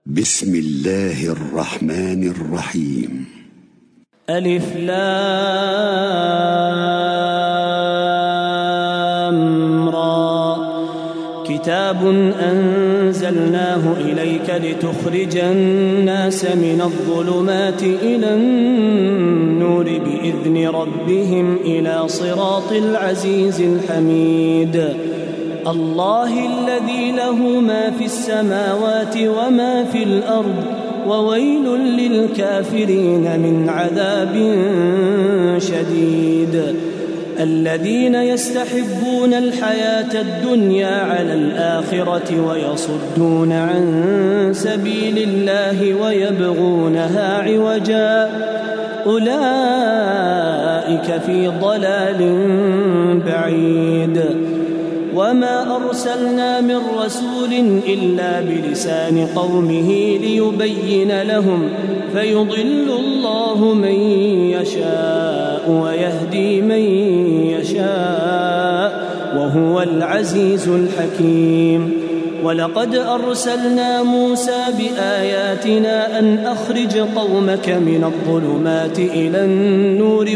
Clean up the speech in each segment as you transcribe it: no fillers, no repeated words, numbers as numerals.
بسم الله الرحمن الرحيم. ألف لام را. كتاب أنزلناه إليك لتخرج الناس من الظلمات إلى النور بإذن ربهم إلى صراط العزيز الحميد. الله الذي له ما في السماوات وما في الأرض وويل للكافرين من عذاب شديد. الذين يستحبون الحياة الدنيا على الآخرة ويصدون عن سبيل الله ويبغونها عوجا أولئك في ضلال بعيد. وما أرسلنا من رسول إلا بلسان قومه ليبين لهم فيضل الله من يشاء ويهدي من يشاء وهو العزيز الحكيم. ولقد أرسلنا موسى بآياتنا أن أخرج قومك من الظلمات إلى النور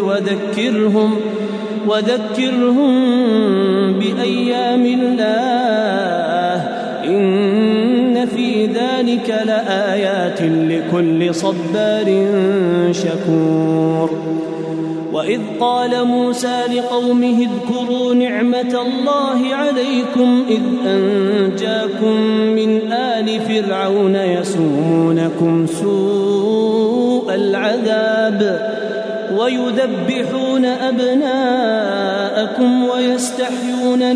وذكرهم بأيام الله إن في ذلك لآيات لكل صبار شكور. وإذ قال موسى لقومه اذكروا نعمة الله عليكم إذ أنجاكم من آل فرعون يسومونكم سوء العذاب ويذبحون أبناءكم ويستحيون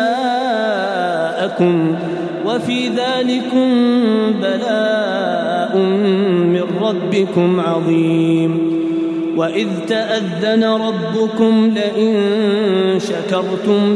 نساءكم وفي ذلكم بلاء من ربكم عظيم. وإذ تأذن ربكم لئن شكرتم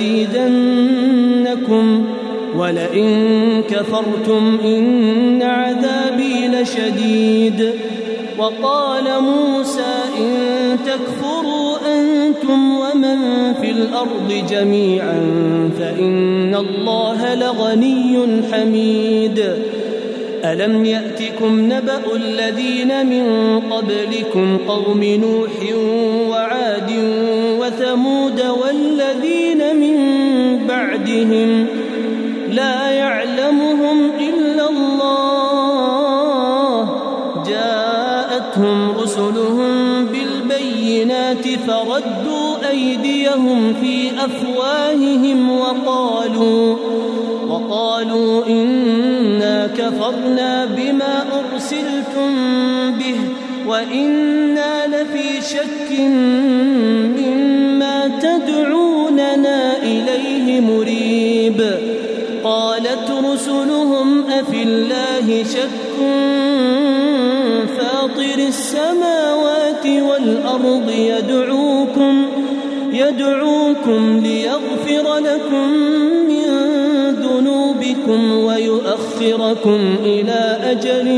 لأزيدنكم ولئن كفرتم إن عذابي لشديد. وقال موسى إن تكفروا أنتم ومن في الأرض جميعا فإن الله لغني حميد. ألم يأتكم نبأ الذين من قبلكم قوم نوح وعاد وثمود والذين من بعدهم لا يعلمهم إلا الله جاءتهم رسلهم بالبينات فردوا أيديهم في أفواههم وقالوا إنا كفرنا بما أرسلتم به وإنا لفي شك مما تدعوننا إليه مريب. قالت رسلهم أفي الله شك فاطر السماوات والأرض يدعوكم ليغفر لكم من ذنوبكم ويؤخركم إلى أجل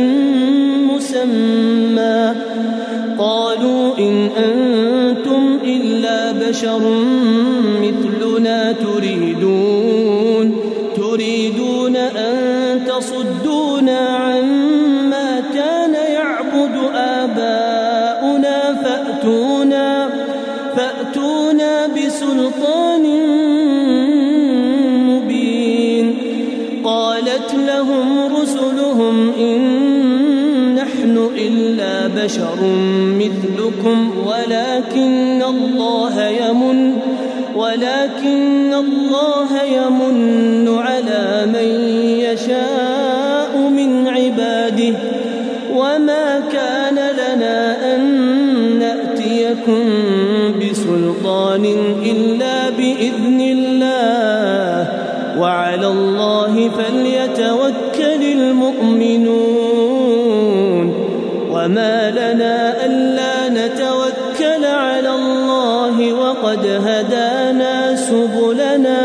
مسمى. قالوا إن أنتم إلا بشر مثلنا تريدون أن تصدونا عما كان يعبد آباؤنا فأتونا بسلطان مبين. قالت لهم رسلهم إن نحن إلا بشر مثلكم ولكن الله يمن على من يشاء من عباده وما كان لنا أن نأتيكم بسلطان إلا بإذن الله وعلى الله فليتوكل المؤمنون. وما لنا ألا نتوكل على الله وقد هدانا سبلنا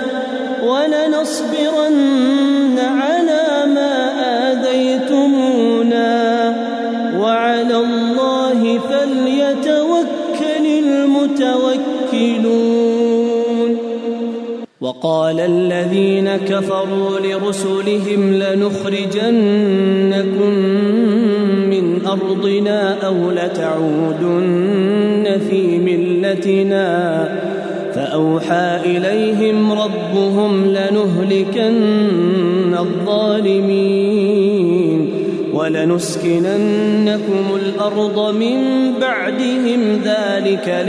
ولنصبرن على ما آذيتمونا وعلى الله فليتوكل المتوكلون. قال الذين كفروا لرسلهم لنخرجنكم من أرضنا أو لتعودن في ملتنا فأوحى إليهم ربهم لنهلكن الظالمين ولنسكننكم الأرض من بعدهم ذلك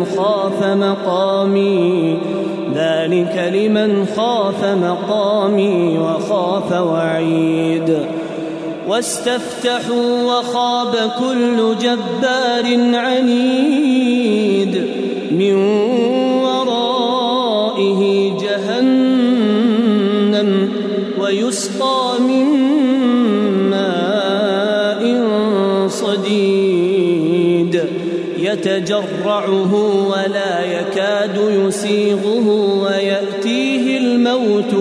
لمن خاف مقامي وخاف وعيد واستفتحوا وخاب كل جبار عنيد من ورائه جهنم ويسقى من ماء صديد يتجرعه ولا يكاد يسيغه ويأتيه الموت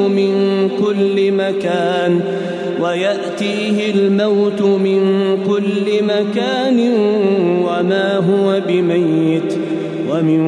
من كل مكان وما هو بميت ومن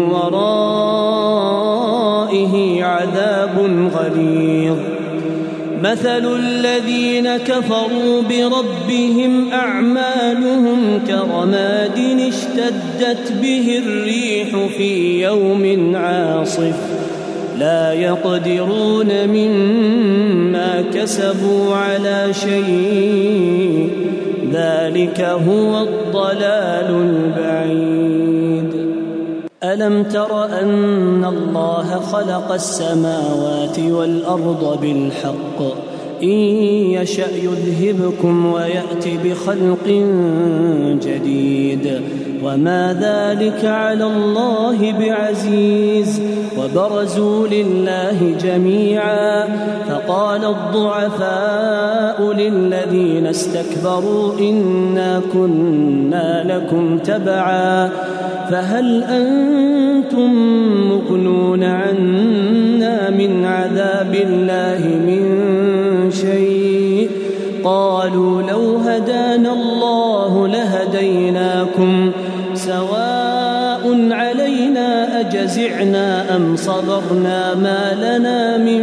ورائه عذاب غليظ مثل الذين كفروا بربهم أعمالهم كرماد اشتدت به الريح في يوم عاصف لا يقدرون مما كسبوا على شيء ذلك هو الضلال البعيد ألم تر أن الله خلق السماوات والأرض بالحق إن يشأ يذهبكم ويأت بخلق جديد وما ذلك على الله بعزيز وبرزوا لله جميعا فقال الضعفاء للذين استكبروا إنا كنا لكم تبعا فهل أنتم مغنون عنا من عذاب الله من شيء قالوا لو هدانا الله لهديناكم سواء علينا أجزعنا أم صبرنا ما لنا من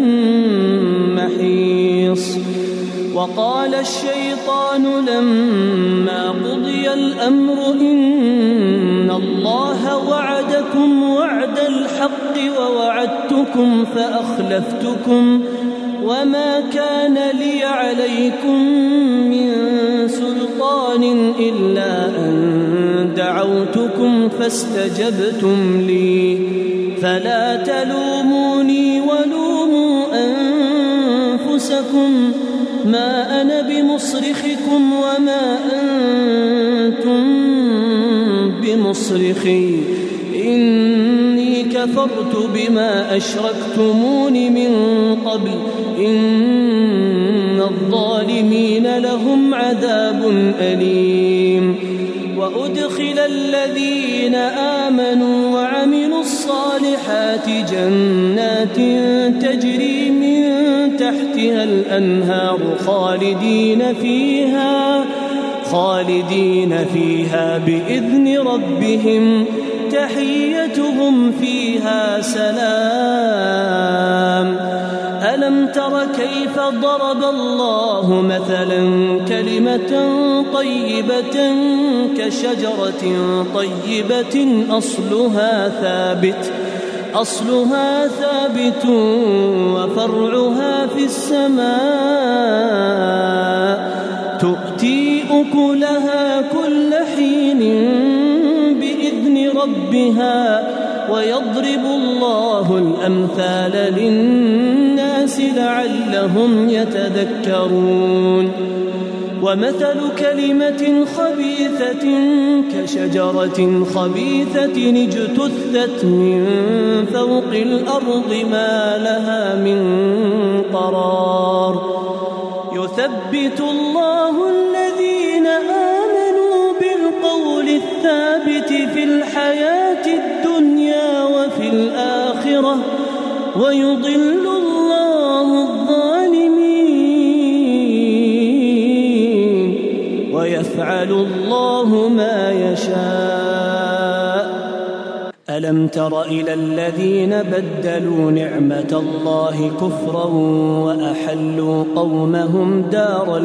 محيص وقال الشيطان لما قضي الأمر إن الله وعدكم وعد الحق ووعدتكم فأخلفتكم وما كان لي عليكم من سلطان إلا أن دعوتكم فاستجبتم لي فلا تلوموني ولوموا أنفسكم ما أنا بمصرخكم وما أنتم بمصرخي إني كفرت بما أشركتمون من قبل إن الظالمين لهم عذاب أليم وأدخل الذين آمنوا وعملوا الصالحات جنات تجري من تحتها الأنهار خالدين فيها بإذن ربهم تحيتهم فيها سلام ألم تر كيف ضرب الله مثلا كلمة طيبة كشجرة طيبة أصلها ثابت وفرعها في السماء تؤتي أكلها كل حين بإذن ربها ويضرب الله الأمثال للناس لعلهم يتذكرون ومثل كلمة خبيثة كشجرة خبيثة اجتثت من فوق الأرض ما لها من قرار يثبت الله الذين آمنوا بالقول الثابت في الحياة الدنيا وفي الآخرة ويضل الله الظالمين ويفعل الله ما يشاء ألم تر إلى الذين بدلوا نعمة الله كفرا وأحلوا قومهم دار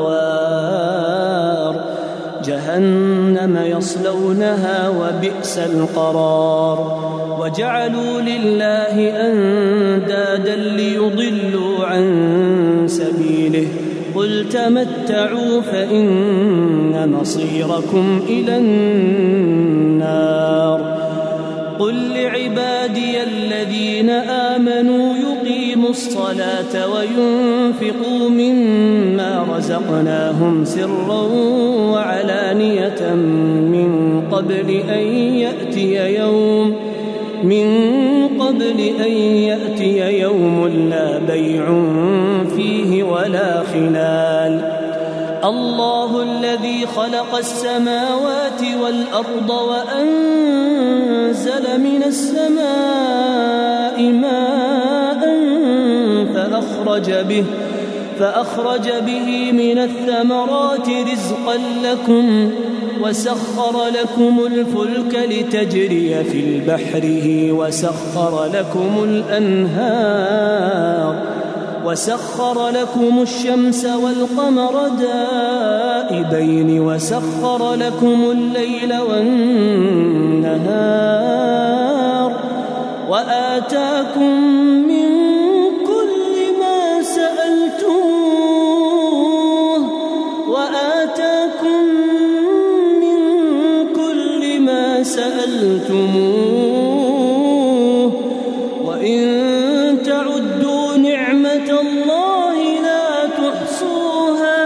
البوار جهنم يصلونها وبئس القرار وجعلوا لله أندادا ليضلوا عن سبيله قل تمتعوا فإن مصيركم إلى النار قل لعبادي الذين آمنوا يقيموا الصلاة وينفقوا مما رزقناهم سرا وعلانية من قبل أن يأتي يوم لا بيع فيه ولا خلال الله الذي خلق السماوات والأرض وأنزل من السماء ماء فأخرج به من الثمرات رزقا لكم وسخر لكم الفلك لتجري في البحر وسخر لكم الشمس والقمر دائبين وسخر لكم الليل والنهار وآتاكم من كل ما سألتموه وإن تعدوا نعمة الله لا تحصوها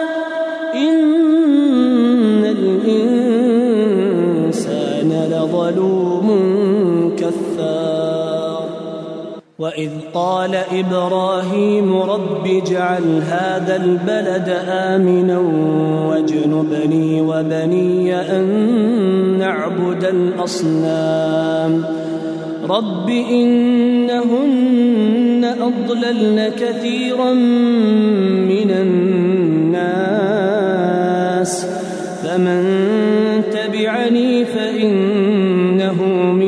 إن الإنسان لظلوم كفار وإذ قال إبراهيم رب اجعل هذا البلد آمنا واجنبني وبني أن نعبد الأصنام رب إنهن أضللن كثيرا من الناس فمن تبعني فإنه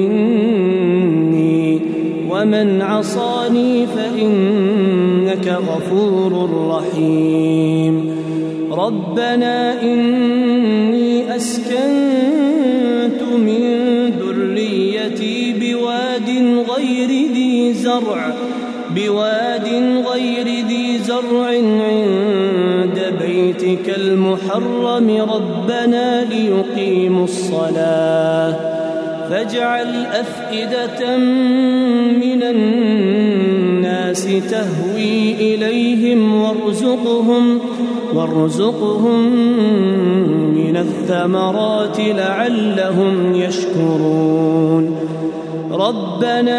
مني ومن عصاني فإنك غفور رحيم ربنا إني أسكنت من ذريتي بواد غير ذي زرع عند بيتك المحرم ربنا ليقيموا الصلاة فاجعل أفئدة من الناس تهوي إليهم وارزقهم من الثمرات لعلهم يشكرون ربنا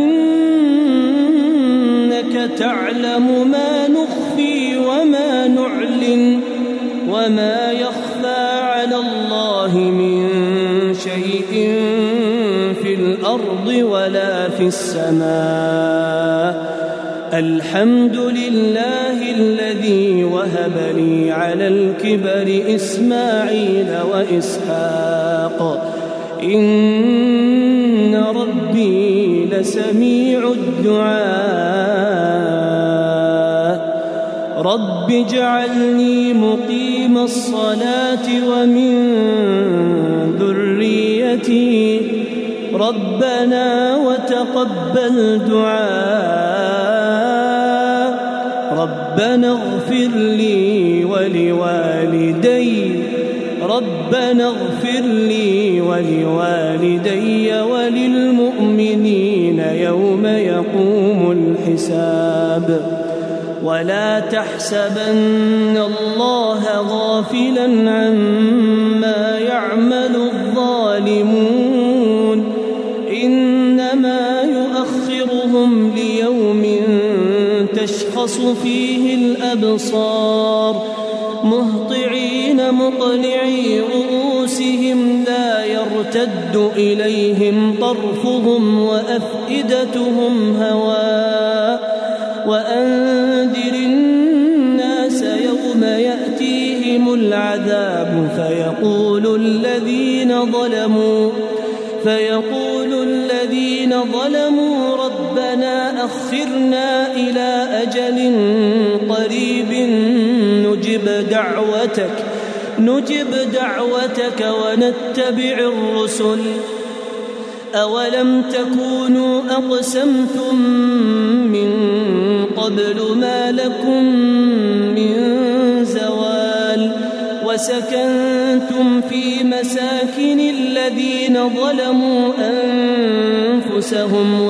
إنك تعلم ما نخفي وما نعلن وما يخفى على الله من شيء في الأرض ولا في السماء الحمد لله الذي وهب لي على الكبر إسماعيل وإسحاق إن ربي لسميع الدعاء رب اجعلني مقيم الصلاة ومن ذريتي ربنا وتقبل دعاء ربنا اغفر لي ولوالدي وللمؤمنين يوم يقوم الحساب ولا تحسبن الله غافلا عما يعمل الظالمون إنما يؤخرهم ليوم تشخص فيه الأبصار مهطعين مقنعي رؤوسهم لا يرتد إليهم طرفهم وأفئدتهم هواء وأنذر الناس يوم يأتيهم العذاب فيقول الذين ظلموا ربنا أخرنا إلى أجل قريب نجب دعوتك ونتبع الرسل أولم تكونوا أقسمتم من قبل ما لكم من زوال وسكنتم في مساكن الذين ظلموا أنفسهم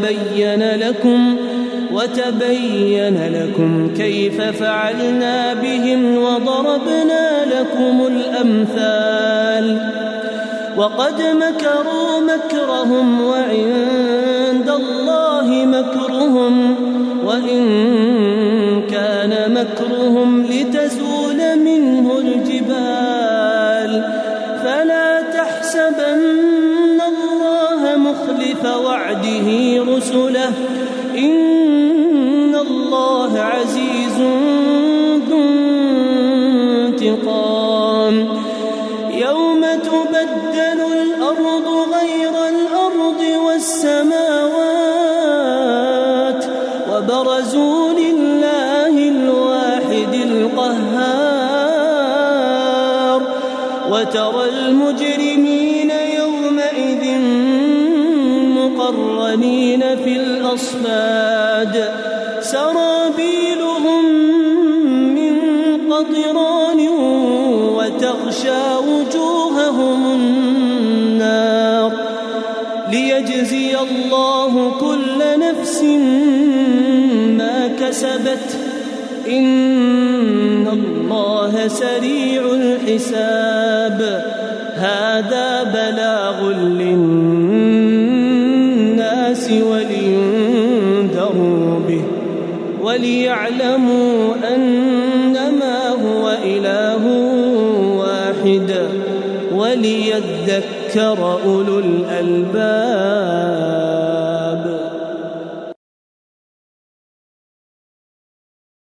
وتبين لكم كيف فعلنا بهم وضربنا لكم الأمثال وقد مكروا مكرهم وعند الله مكرهم وإن كان مكرهم لتزول منه الجبال فلا تحسبن الله مخلف وعده رسله إن الله عزيز ذو انتقام يوم تبدل الأرض غير الأرض والسماوات وبرزوا لله الواحد القهار وترى المجرمين يومئذ مقرنين في الأصفاد سرابيلهم من قطران وتغشى وجوههم النار ليجزي الله كل نفس ما كسبت إن الله سريع الحساب هذا بلاغ للناس ولينذروا به وليعلموا أنما هو إله واحد وليذكر أولو الألباب